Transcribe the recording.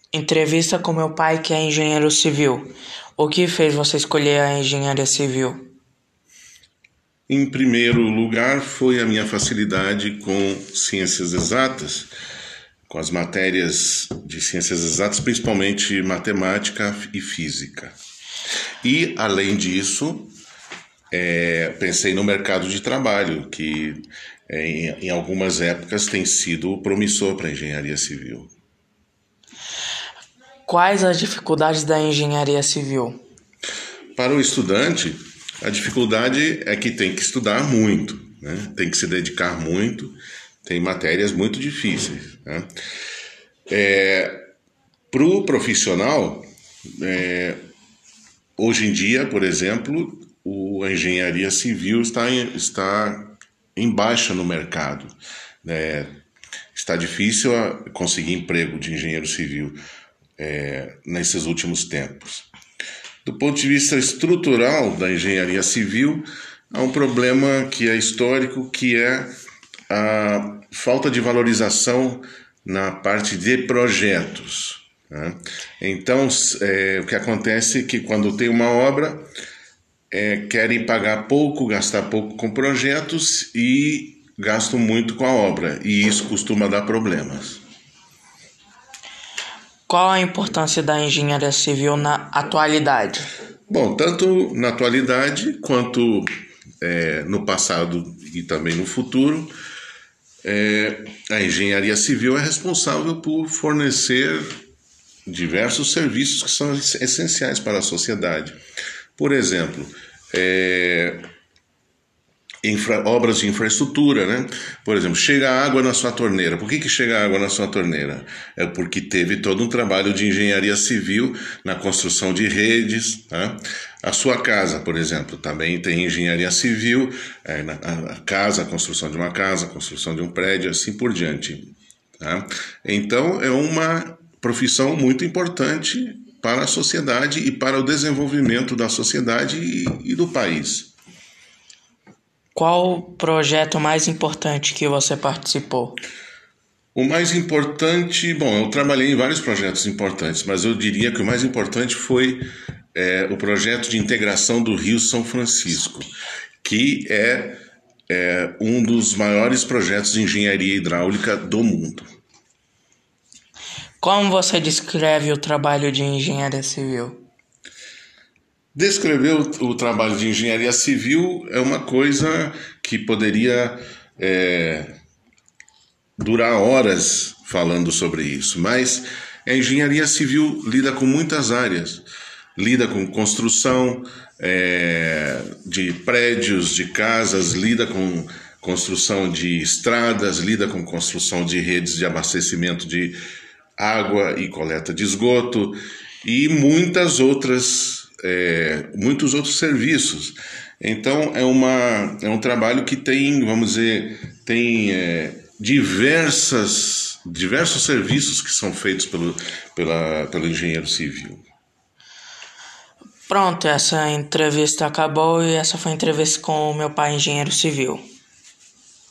Entrevista com meu pai, que é engenheiro civil. O que fez você escolher a engenharia civil? Em primeiro lugar, foi a minha facilidade com ciências exatas, com as matérias de ciências exatas, principalmente matemática e física. E, além disso, pensei no mercado de trabalho, que em algumas épocas tem sido promissor para a engenharia civil. Quais as dificuldades da engenharia civil? Para o estudante, a dificuldade é que tem que estudar muito, né? Tem que se dedicar muito, tem matérias muito difíceis, né? Para o profissional, hoje em dia, por exemplo, a engenharia civil está em baixa no mercado, né? Está difícil conseguir emprego de engenheiro civil nesses últimos tempos. Do ponto de vista estrutural da engenharia civil, há um problema que é histórico, que é a falta de valorização na parte de projetos, né? Então, o que acontece é que quando tem uma obra, querem pagar pouco, gastar pouco com projetos e gastam muito com a obra, e isso costuma dar problemas. Qual a importância da engenharia civil na atualidade? Bom, tanto na atualidade quanto no passado e também no futuro, a engenharia civil é responsável por fornecer diversos serviços que são essenciais para a sociedade. Por exemplo, obras de infraestrutura, né? Por exemplo, chega água na sua torneira. Por que chega água na sua torneira? É porque teve todo um trabalho de engenharia civil na construção de redes, né? A sua casa, por exemplo, também tem engenharia civil, a construção de uma casa, a construção de um prédio, assim por diante, tá? Então, é uma profissão muito importante para a sociedade e para o desenvolvimento da sociedade e do país. Qual o projeto mais importante que você participou? O mais importante, bom, eu trabalhei em vários projetos importantes, mas eu diria que o mais importante foi o projeto de integração do Rio São Francisco, que é um dos maiores projetos de engenharia hidráulica do mundo. Como você descreve o trabalho de engenharia civil? Descrever o trabalho de engenharia civil é uma coisa que poderia durar horas falando sobre isso, mas a engenharia civil lida com muitas áreas, lida com construção de prédios, de casas, lida com construção de estradas, lida com construção de redes de abastecimento de água e coleta de esgoto e muitos outros serviços. Então é um trabalho que tem, vamos dizer, diversos serviços que são feitos pelo engenheiro civil. Pronto, essa entrevista acabou e essa foi a entrevista com o meu pai, engenheiro civil.